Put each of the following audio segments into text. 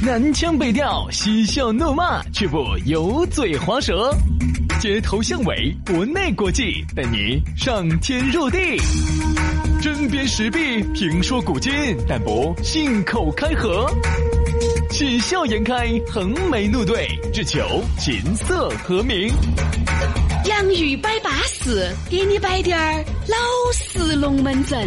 南腔北调，嬉笑怒骂，却不油嘴滑舌。街头巷尾，国内国际，带你上天入地。针砭时弊，评说古今，但不信口开河。喜笑颜开，横眉怒对，只求琴瑟和鸣。 洋芋摆巴士，给你摆点儿老式龙门阵。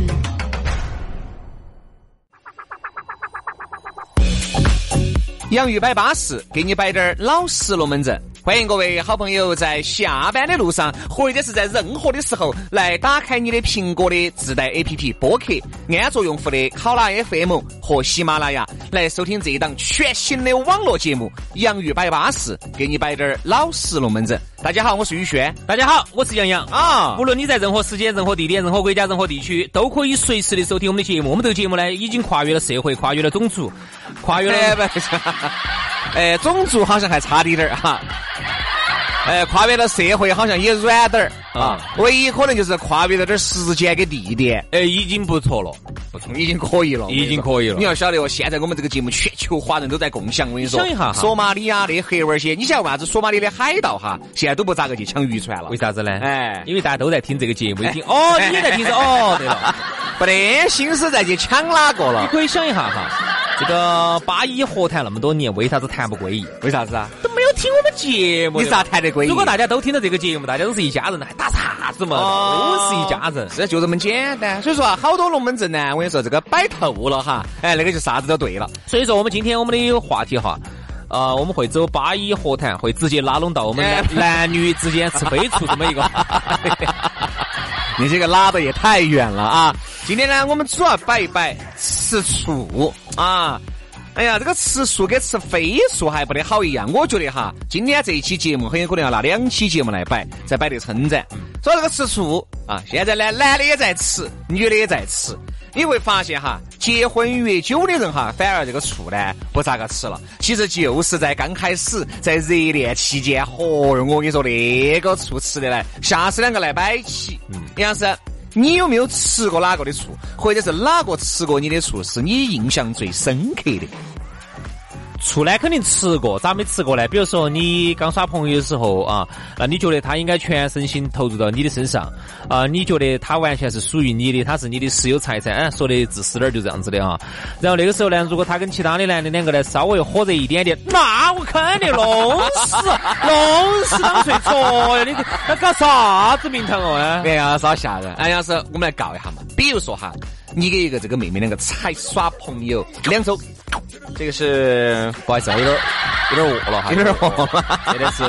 洋芋摆巴士，给你摆点老实龙门阵。欢迎各位好朋友在下班的路上，或者是在任何的时候来打开你的苹果的自带 APP 播客，安卓用户的考拉 FM 和喜马拉雅来收听这一档全新的网络节目洋芋摆巴士，给你摆点老实龙门阵。大家好，我是宇轩。 大家好，我是杨洋啊。无论你在任何时间、任何地点、任何国家、任何地区，都可以随时的收听我们的节目。我们这个节目呢，已经跨越了社会，跨越了种族，跨越了种族好像还差点儿哈。跨越了社会好像也软点儿啊，唯一可能就是跨越了点时间跟地点， 已经不错了， 已经可以了， 已经可以了。 你要晓得哦，现在我们这个节目全球华人都在共享。我跟你说， 想一下， 索马里亚的黑娃些，你晓得为啥子索马里的海盗哈，现在都不咋个去抢渔船了？ 为啥子呢？ 因为大家都在听这个节目，一听哦，你也在听着哦，对了， 不得心思再去抢哪个了？ 你可以想一下哈，这个8·1和谈那么多年，为啥子谈不归一？ 为啥子啊？ 都没有听我们节目， 你咋谈得归一？ 如果大家都听到这个节目，大家都是一家人，还打啥子嘛？都是一家人， 是就这么简单。所以说啊，好多龙门阵呢，我跟你说，这个摆透了哈，那个就啥子都对了。 所以说，我们今天我们的话题哈。我们会走8·1和谈，会直接拉拢到我们男女之间吃飞醋这么一个。 你这个拉的也太远了啊！今天呢，我们主要摆一摆吃醋啊。哎呀，这个吃素跟吃飞醋还不得好一样。我觉得哈，今天这一期节目很有可能要拿2期节目来摆，再摆得称赞。说这个吃醋啊，现在呢，男的也在吃，女的也在吃。你会发现哈，结婚越久的人哈，反而这个醋呢不咋个吃了。其实就是在刚开始，在热恋期间，我跟你说那个醋吃的来，下次2个来摆起。杨老师，你有没有吃过哪个的醋，或者是哪个吃过你的醋是你印象最深刻的？ 醋呢肯定吃过，咋没吃过呢？比如说你刚耍朋友的时候啊，那你觉得他应该全身心投入到你的身上啊，你觉得他完全是属于你的，他是你的私有财产，说的自私点就这样子的啊。然后那个时候呢，如果他跟其他的男的2个呢稍微火热一点点，那我肯定弄死当最错呀！你他搞啥子名堂哦？ 哎呀，少吓人！哎呀，是我们来告一下嘛。比如说哈，你跟一个这个妹妹2个才耍朋友2周。这个是不好意思，有点饿了哈， 有点饿了， 真的是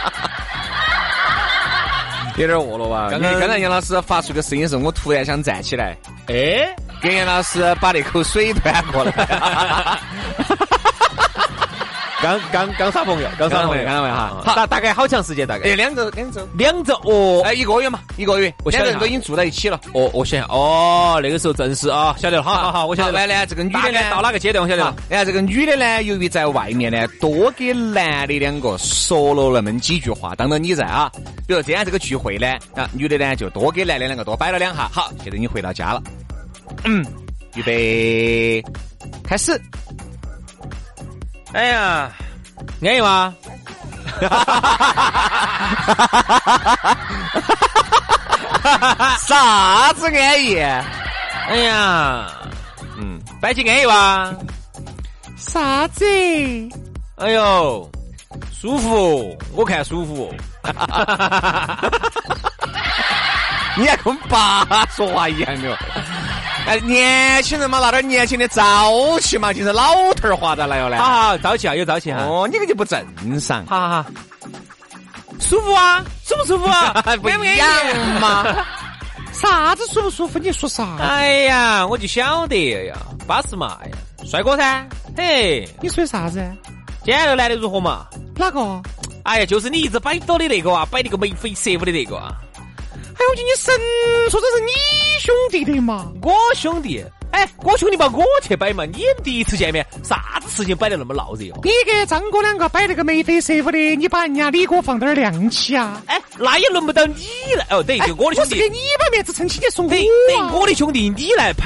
有点饿了吧？刚才杨老师发出个声音的时候，我突然想站起来，给杨老师把那口水端过来。 刚耍朋友，刚耍朋友哈。大概好长时间？大概 2周哦 ，1个月嘛，1个月，2个人都已经住在一起了。 我想那个时候正是啊，晓得了，好，我晓得了。 来呢，这个女的呢到哪个阶段我晓得了。 然后这个女的呢，由于在外面呢多给男的2个说了那么几句话，当然你在啊，比如这样这个聚会呢，女的呢就多给男的2个多摆了2下。好，现在你回到家了，预备，开始。 哎呀，安逸吗？ 啥子安逸？ 哎呀，摆起安逸吧？ 啥子？ 哎呦，舒服，我看舒服。 你还跟爸说话一样的。年轻人嘛，拿点年轻的朝气嘛，就是老头儿话咋来了呢？ 好，朝气啊，有朝气哈。 你这个就不正常。 好，舒服啊，舒不舒服啊？ 不一样嘛。啥子舒不舒服？你说啥？ 哎呀，我就晓得呀，巴适嘛呀，帅哥噻。嘿， 你说啥子？ 今天那个男的如何嘛？ 哪个？ 哎呀，就是你一直摆到的那个啊，摆那个眉飞色舞的那个啊。 哎呦，你神说这是你兄弟的嘛？ 我兄弟，我兄弟把我去摆嘛，你们第一次见面，啥子事情摆得那么闹热哦？ 你跟张哥2个摆那个眉飞色舞的，你把人家李哥放点亮气啊？ 那也轮不到你来哦，等于我的兄弟， 我是给你把面子撑起，你说我等我的兄弟你来陪。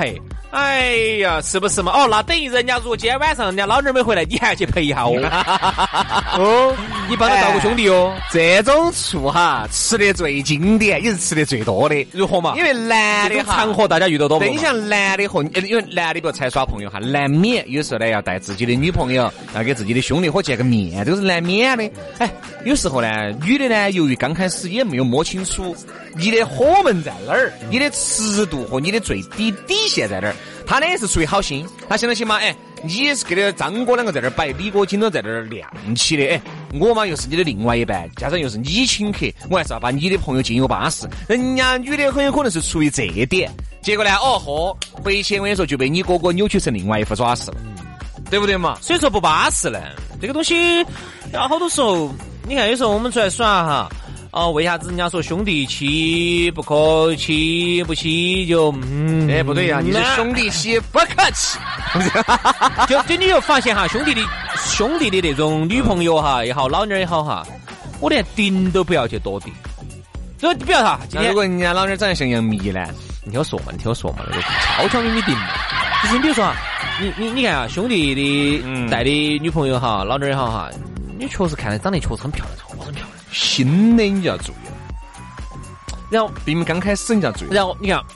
哎呀，是不是嘛？哦，那等于人家如果今天晚上人家老娘没回来，你还要去陪一下哦。哦，你帮他照顾兄弟哦。 这种醋哈，吃的最经典，也是吃的最多的。 如何嘛？ 因为男的哈， 场合大家遇到多不多？ 对，你像男的和因为男的不才耍朋友哈，难免有时候呢要带自己的女朋友，要给自己的兄弟伙见个面，这个是难免的。哎，有时候呢，女的呢，由于刚开始也没有摸清楚你的火门在哪儿，你的尺度和你的最低底线在哪儿，他呢也是出于好心，他想到起码哎，你也是给的张哥两个在这儿摆，李哥今都在这儿亮起的，哎，我嘛又是你的另外一半，加上又是你请客，我还是要把你的朋友进入巴适。人家女的很有可能是出于这一点，结果呢，哦呵，回去我跟你说就被你哥哥扭曲成另外一副爪式了，对不对嘛？ 所以说不巴适呢，这个东西，然后好多时候，你看有时候我们出来耍哈。为啥子人家说兄弟妻不可欺，不欺就哎不对呀，你是兄弟妻不可欺， 就你就发现哈，兄弟的那种女朋友哈也好，老娘也好哈，我连顶都不要去多顶，所以不要哈。 那如果人家老娘长得像杨幂呢？ 你听我说嘛，那个悄悄咪咪顶嘛。就是你比如说啊，你看啊，兄弟的带的女朋友哈，老娘也好哈，你确实看着长得确实很漂亮，很漂亮。 新的你就要注意了， 然后比你刚开始你就要注意， 然后你看，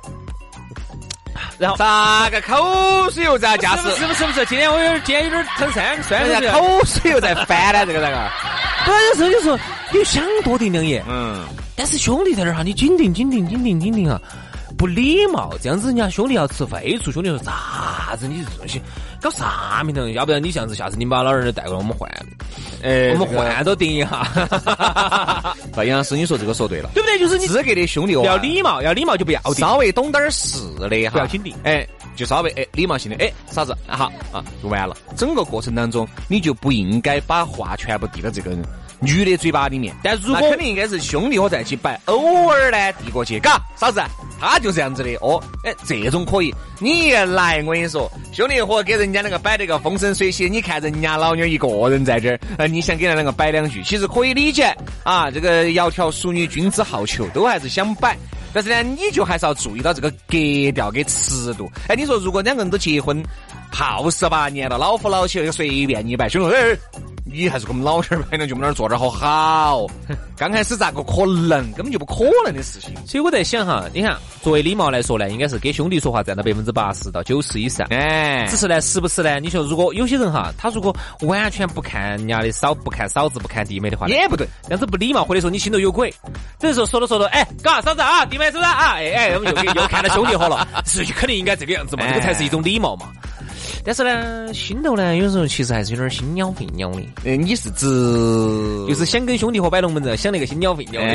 然后咋个口水又在驾驶？ 是不是？今天有点疼酸，虽然口水又在翻了，这个咋个？ 不然有时候你想多顶两眼，但是兄弟在那儿哈，你紧顶啊，不礼貌，这样子人家兄弟要吃废除，兄弟说啥子？你这东西搞啥名堂？要不然你这样子，下次你把老人带过来，我们换。我们换都定一下。 杨老师，你说这个说对了， 对不对？就是你资格的兄弟要礼貌就不要定， 稍微懂点事的哈， 不要紧定。 哎，就稍微礼貌性的啥子好啊，就完了。整个过程当中，你就不应该把话全部递到这个女的嘴巴里面。但如果肯定应该是兄弟伙在一起摆，偶尔呢递过去，嘎，嫂子，他就这样子的哦。哎，这种可以。你一来，我跟你说，兄弟伙给人家那个摆那个风生水起，你看人家老妞一个人在这儿，你想给他那个摆两句，其实可以理解啊。这个窈窕淑女，君子好逑，都还是想摆。但是呢，你就还是要注意到这个格调跟尺度。哎，你说如果两个人都结婚好18年了，老夫老妻，随便你摆，兄弟，你还是跟我们老点儿摆两句，我们那儿坐着好。刚开始咋个可能？根本就不可能的事情。 所以我在想哈，你看，作为礼貌来说呢，应该是给兄弟说话占到80%到90%以上。哎，只是呢，时不时呢，你说如果有些人哈，他如果完全不看人家的不看嫂子，不看弟妹的话， 也不对， 这样子不礼貌，或者说你心头有鬼。这时候说着，哎，嘎嫂子啊，弟妹是不是啊？哎，我们又看到兄弟伙了，所以肯定应该这个样子嘛，这个才是一种礼貌嘛。但是呢，心头呢，有时候其实还是有点心鸟肺鸟的。 你是指就是想跟兄弟伙摆龙门阵，想那个心鸟肺鸟的。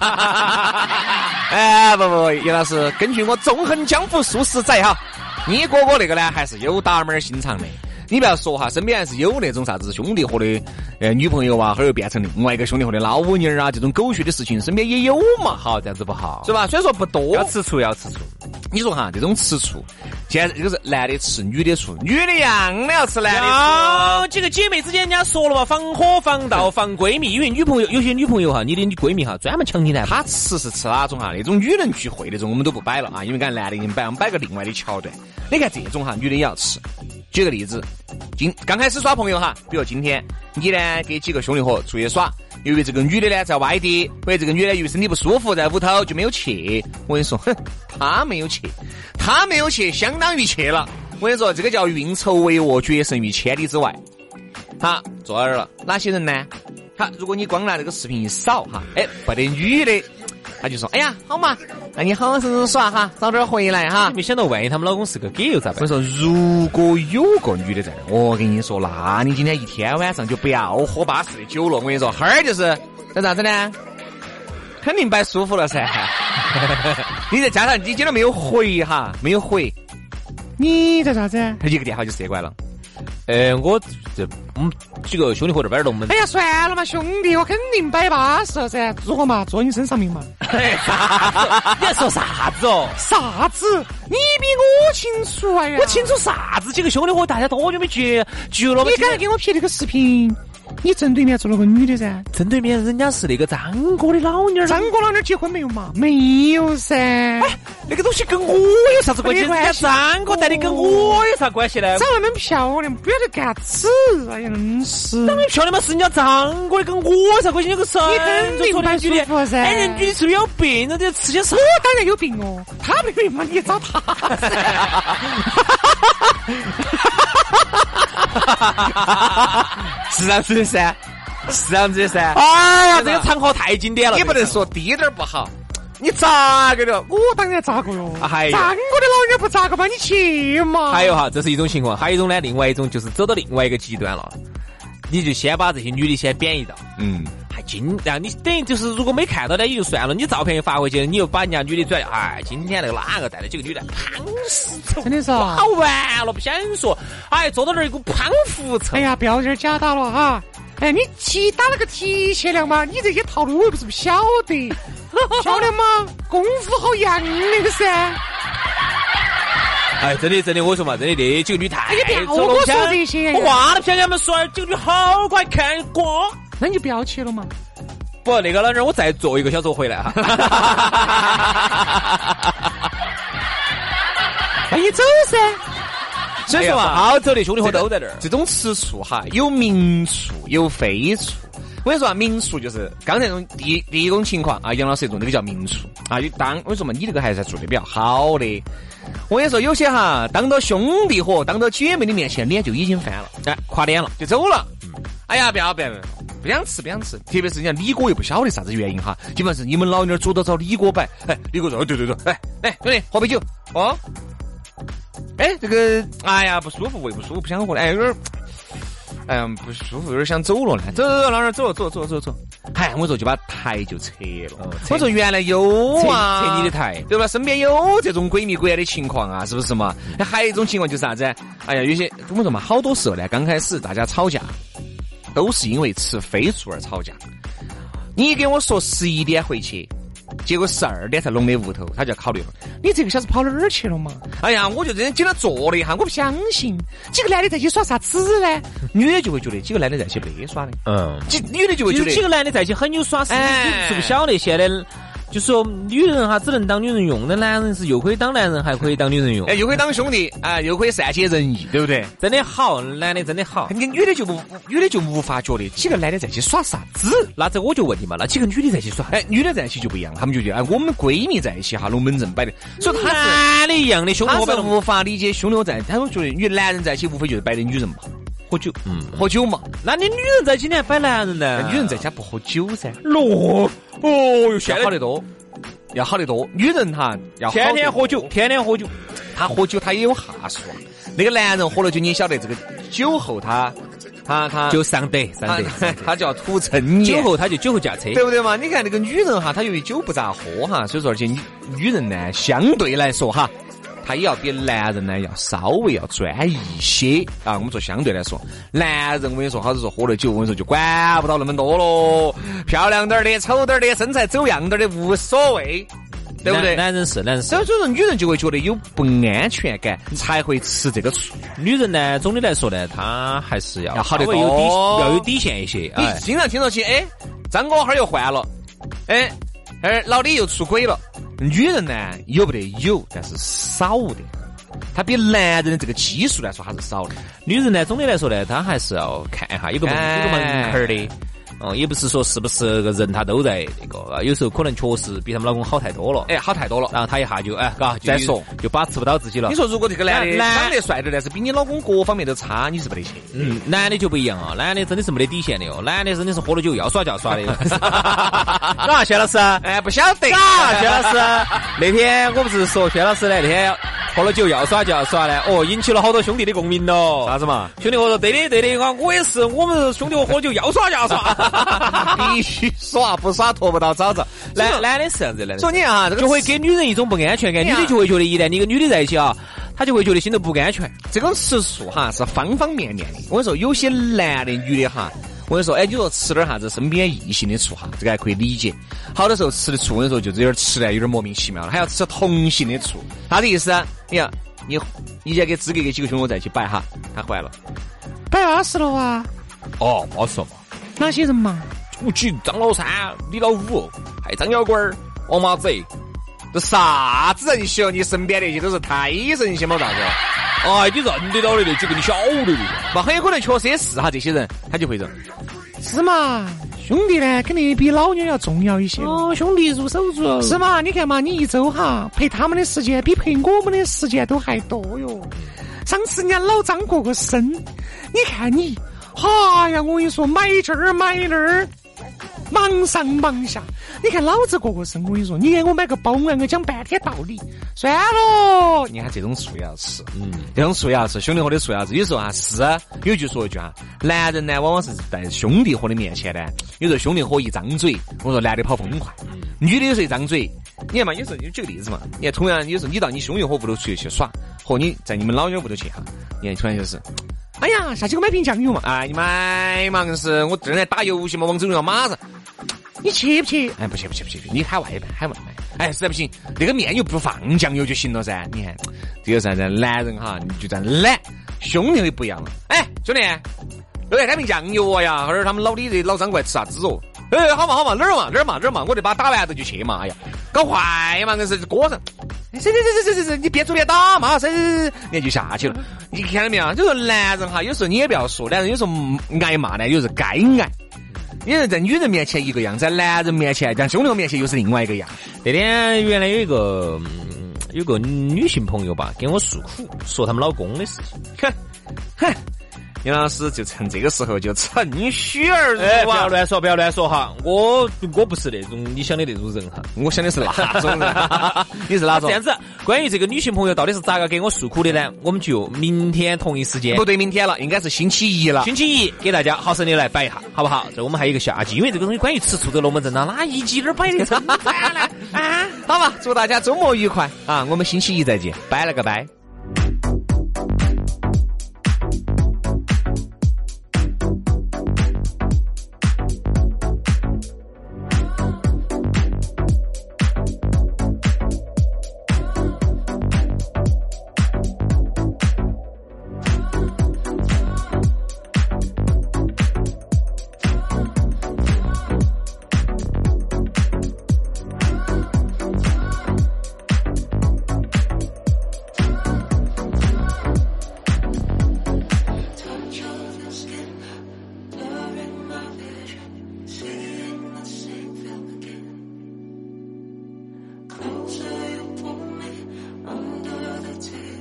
哎，不，叶老师，根据我纵横江湖数十载哈，你哥哥那个呢还是有打门心肠的。你不要说哈，身边还是有那种啥子兄弟伙的女朋友啊，后又变成另外一个兄弟伙的老妞啊，这种狗血的事情身边也有嘛。 好，这样子不好， 是吧？虽然说不多， 要吃醋。 你说哈，这种吃醋，现在这个是男的吃女的醋，女的样的要吃男的醋。 这个姐妹之间人家说了嘛，防火防盗防闺蜜，因为女朋友有些女朋友哈，你的闺蜜哈专门抢你男朋友。 她吃是吃哪种哈？那种女人聚会那种我们都不摆了啊，因为刚才男的已经摆，我们摆个另外的桥段。你看这种哈，女的也要吃。举个例子，刚开始耍朋友哈，比如今天你呢给几个兄弟伙出去耍，由于这个女的呢在外地，或者这个女的由于身体不舒服在屋头就没有去。我跟你说，她没有去，相当于去了。我跟你说，这个叫运筹帷幄，决胜于千里之外。好，坐那儿了，哪些人呢？好，如果你光拿这个视频一扫哈，不得女的。他就说：“哎呀，好嘛，那你好好生耍哈，早点回来哈。” 没想到万一他们老公是个 gay 又咋办？ 我说，如果有个女的在这，我跟你说，那你今天一天晚上就不要喝巴适的酒了。我跟你说，哈儿就是在啥子呢？肯定摆舒服了噻。你再加上你今天没有回哈，没有回，你在啥子？一个电话就射关了。 我这几个兄弟伙这边龙门。 哎呀，算了嘛，兄弟，我肯定摆巴适了噻。如何嘛？坐你身上面嘛。 你在说啥子哦？ 啥子？你比我清楚哎呀！ 我清楚啥子？几个兄弟伙大家多久没聚了？ 你刚才给我拍那个视频， 你正对面坐了个女的噻， 正对面人家是那个张哥的老妞儿。 张哥老妞结婚没有嘛？没有噻。 那个东西跟我有啥子关系？人家张哥带的跟我有啥关系呢？ 长那么漂亮，不要再干此，哎呀，真是。 长那么漂亮嘛，是人家张哥的，跟我有啥关系？有个神你肯定不舒服噻。 哎，人女的是不是有病？那得吃些啥？ 我当然有病哦，他没病嘛，你也找他噻。 是这样子的噻，是这样子的噻。 哎呀，这个场合太经典了， 你不能说低点不好，你咋个的？ 我当然咋个哟。 还有张哥的老妞不咋个嘛，你去嘛。 还有哈，这是一种情况，还有一种呢，另外一种就是走到另外一个极端了，你就先把这些女的先贬义到，还然后你等于就是如果没看到呢也就算了，你照片又发回去，你又把人家女的转，哎，今天那个哪个带了几个女的，胖死臭， 真的是好完了，不想说，哎，坐到那儿一股胖腐臭。 哎呀，不要这儿假打了哈。哎，你打了个提前量嘛，你这些套路我又不是不晓得，晓得吗？功夫好洋那个噻。 哎，真的，我说嘛，真的那几个女太不要跟我说这些。 我话都不想跟他们说，几个女好快看光。 那你就不要去了嘛。 不，那个老人我再坐1个小时回来哈。 那你走噻。 所以说嘛， 好走的兄弟伙都在这儿。 这种吃醋哈，有明处有非处。我跟你说啊，明处就是刚才那种第一种情况啊，杨老师这种那个叫明处啊。我跟你说嘛，你这个还是做的比较好的。我跟你说，有些哈，当到兄弟伙、当到姐妹的面前，脸就已经翻了， 哎，垮脸了， 就走了。哎呀，不要，不想吃。特别是人家李哥又不晓得啥子原因哈，基本上是你们老妞主动找李哥摆。哎，李哥说，对，哎，来兄弟喝杯酒哦。哎，这个，哎呀，不舒服，胃不舒服，不想喝了。哎，有点，哎呀，不舒服，有点想走了呢。走，老妞走。嗨，我说就把台就撤了。我说原来有啊， 撤你的台， 对吧？身边有这种鬼迷鬼眼的情况啊，是不是嘛？还有一种情况就是啥子？哎呀，有些我们说嘛，好多时候呢，刚开始大家吵架都是因为吃非处而吵架。你给我说11点回去。结果12点才弄的屋头，他就要考虑了。 你这个小子跑哪儿去了嘛？ 哎呀，我就真的经他做了一下，我不相信。 几个男的在一起耍啥子呢？ 女的就会觉得几个男的在一起没耍的。女的就会觉得几个男的在一起很有耍事，你是不晓得现在。就说女人哈只能当女人用的，男人是又可以当男人，还可以当女人用， 又可以当兄弟啊，又可以善解人意，对不对？ 真的好，男的真的好。 你女的就无法觉得几个男的在一起耍啥子。 那这我就问你嘛，那几个女的在一起耍？ 哎，女的在一起就不一样，他们就觉得哎，我们闺蜜在一起哈，龙门阵摆的。所以他是男的一样的兄弟伙， 他是无法理解兄弟伙在，他会觉得男人在一起无非就是摆的女人嘛。喝酒，喝酒嘛。 那你女人在一起你还摆男人呢？ 女人在家不喝酒噻。 现在好得多。要好得多，女人哈要天天喝酒， 她喝酒她也有下数。那个男人喝了酒，你晓得这个酒后他就上德， 他就要吐真言， 酒后他就酒后驾车， 对不对嘛？你看那个女人哈，她由于酒不咋喝哈，所以说而且女人呢相对来说哈，她也要比男人呢要稍微要专一些啊。我们说相对来说，男人我跟你说，好是说喝了酒，我跟你说就管不到那么多咯，漂亮点的、丑点的、身材走样点的无所谓，对不对？ 男人是， 所以说女人就会觉得有不安全感，才会吃这个醋。 女人呢，总的来说呢，她还是要好得多， 要有底线一些。 你经常听到起，哎，张哥哈儿又换了，哎，老李又出轨了。女人呢有不得有，但是少的，她比男人的这个基数来说还是少的。 女人呢，总的来说呢，她还是要看一下有个门槛的。也不是说是不是个人他都在那个，有时候可能确实比他们老公好太多了， 好太多了， 然后他一下就再说就把持不到自己了。 你说如果这个男的长得帅的，但是比你老公各方面都差，你是不得去。 男的就不一样啊，男的真的是没得底线的哦，男的真的是喝了酒要耍就要耍的。啊，薛老师， 不晓得啊，薛老师，那天我不是说薛老师呢，那天喝了酒要耍就要耍的，引起了好多兄弟的共鸣咯。 啥子嘛？ 兄弟伙说对的，我也是，我们兄弟伙喝了酒要耍就要耍。 必须耍，不耍拖不到早子。 男的是这样子的， 所以你啊，这个就会给女人一种不安全感，女的就会觉得一旦你跟女的在一起啊，她就会觉得心头不安全。 这种吃醋哈是方方面面的。我跟你说，有些男的女的哈，我跟你说，你说吃点啥子身边异性的醋哈，这个还可以理解。好多时候吃的醋，我跟你说就是有点吃来有点莫名其妙了，还要吃同性的醋，啥子意思？你看你先给资格给几个兄弟在一起摆哈，他坏了， 摆20了啊。 80嘛。 哪些人嘛？ 吴举、张老三、李老五，还有张小官、王麻子， 这啥子人选？你身边那些都是胎神些嘛？啥子？ 哎，你认得到的那几个，你晓得的。 嘛，很有可能确实也是哈，这些人他就会认。 是嘛？兄弟呢，肯定比老娘要重要一些。 哦，兄弟如手足。 是嘛？你看嘛，你一周哈陪他们的时间，比陪我们的时间都还多哟。上次人家老张过个生，你看你，哎呀，我跟你说，买这儿买那儿，忙上忙下。你看老子过个生，我跟你说，你给我买个包，我讲半天道理，算了。 你看这种树也要吃，这种树也要吃，兄弟伙的树也要吃。有时候啊，是有句说一句啊，男人呢往往是在兄弟伙的面前呢，有时候兄弟伙一张嘴，我说男的跑风快，女的有时候一张嘴，你看嘛，有时候就举个例子嘛，你看同样有时候你到你兄弟伙屋头出去耍，和你在你们老娘屋头去哈，你看突然就是。 哎呀，下去给我买瓶酱油嘛！ 哎，你买嘛，硬是我正在打游戏嘛，王者荣耀马上。 你去不去？ 哎，不去，你海外买。哎，实在不行，那个面油不放酱油就行了噻。你看，这个啥子？男人哈，你就这样懒，兄弟会不一样了。哎，兄弟，又来开瓶酱油啊呀！后儿他们老李的老张过来吃啥子哦？哎，好嘛，哪儿嘛，我这把打完了就去嘛。哎呀，搞坏嘛，硬是锅上。是，你别做别打嘛，你就下去了。你看到没有？就是男人哈，有时候你也不要说，男人有时候挨骂呢，有时候该挨。因为在女人面前一个样，在男人面前，在兄弟面前又是另外一个样。 那天原来有一个女性朋友吧，跟我诉苦，说他们老公的事情。 哼。杨老师就趁这个时候就趁虚而入不要乱说哈，我不是那种你想的那种人哈， 我想的是哪种人？你是哪种？ 这样子，关于这个女性朋友到底是咋个给我诉苦的呢？我们就明天同一时间， 不对，明天了，应该是星期一了。 星期一给大家好生的来摆一下，好不好？这我们还有一个下集，因为这个东西关于吃醋这个龙门阵哪一集哪摆的成饭了啊？好吧，祝大家周末愉快啊！我们星期一再见，拜了个拜。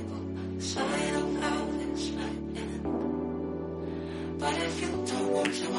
But if you don't want to